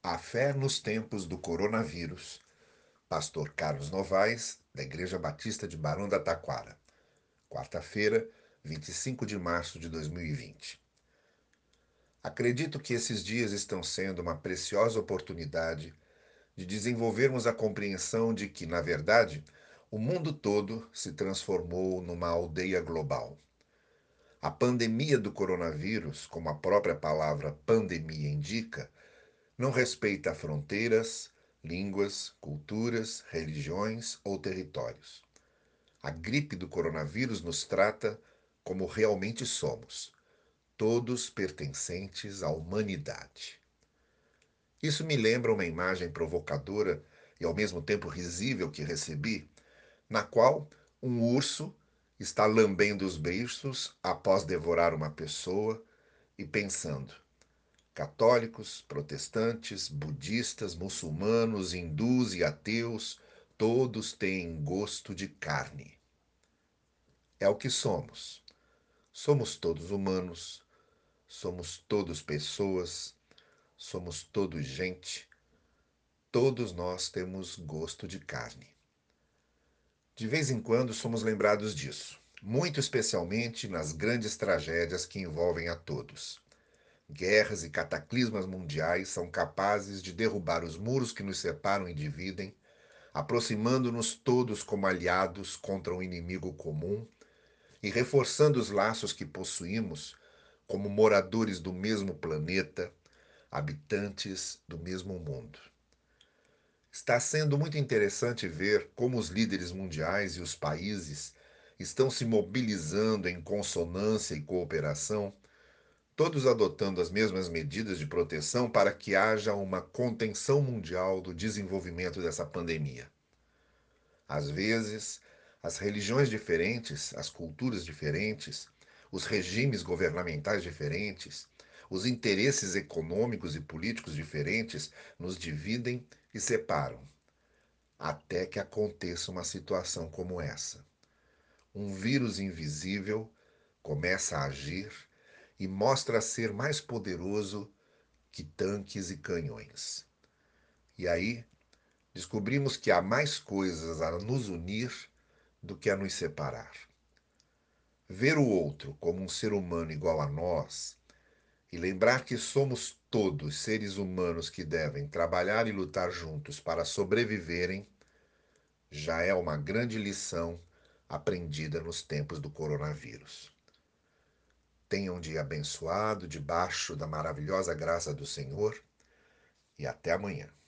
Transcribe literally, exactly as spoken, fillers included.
A fé nos tempos do coronavírus. Pastor Carlos Novaes, da Igreja Batista de Barão da Taquara. Quarta-feira, vinte e cinco de março de dois mil e vinte. Acredito que esses dias estão sendo uma preciosa oportunidade de desenvolvermos a compreensão de que, na verdade, o mundo todo se transformou numa aldeia global. A pandemia do coronavírus, como a própria palavra pandemia indica, não respeita fronteiras, línguas, culturas, religiões ou territórios. A gripe do coronavírus nos trata como realmente somos, todos pertencentes à humanidade. Isso me lembra uma imagem provocadora e ao mesmo tempo risível que recebi, na qual um urso está lambendo os beiços após devorar uma pessoa e pensando: católicos, protestantes, budistas, muçulmanos, hindus e ateus, todos têm gosto de carne. É o que somos. Somos todos humanos, somos todos pessoas, somos todos gente. Todos nós temos gosto de carne. De vez em quando somos lembrados disso, muito especialmente nas grandes tragédias que envolvem a todos. Guerras e cataclismas mundiais são capazes de derrubar os muros que nos separam e dividem, aproximando-nos todos como aliados contra um inimigo comum e reforçando os laços que possuímos como moradores do mesmo planeta, habitantes do mesmo mundo. Está sendo muito interessante ver como os líderes mundiais e os países estão se mobilizando em consonância e cooperação, todos adotando as mesmas medidas de proteção para que haja uma contenção mundial do desenvolvimento dessa pandemia. Às vezes, as religiões diferentes, as culturas diferentes, os regimes governamentais diferentes, os interesses econômicos e políticos diferentes nos dividem e separam, até que aconteça uma situação como essa. Um vírus invisível começa a agir e mostra ser mais poderoso que tanques e canhões. E aí, descobrimos que há mais coisas a nos unir do que a nos separar. Ver o outro como um ser humano igual a nós e lembrar que somos todos seres humanos que devem trabalhar e lutar juntos para sobreviverem já é uma grande lição aprendida nos tempos do coronavírus. Tenha um dia abençoado debaixo da maravilhosa graça do Senhor e até amanhã.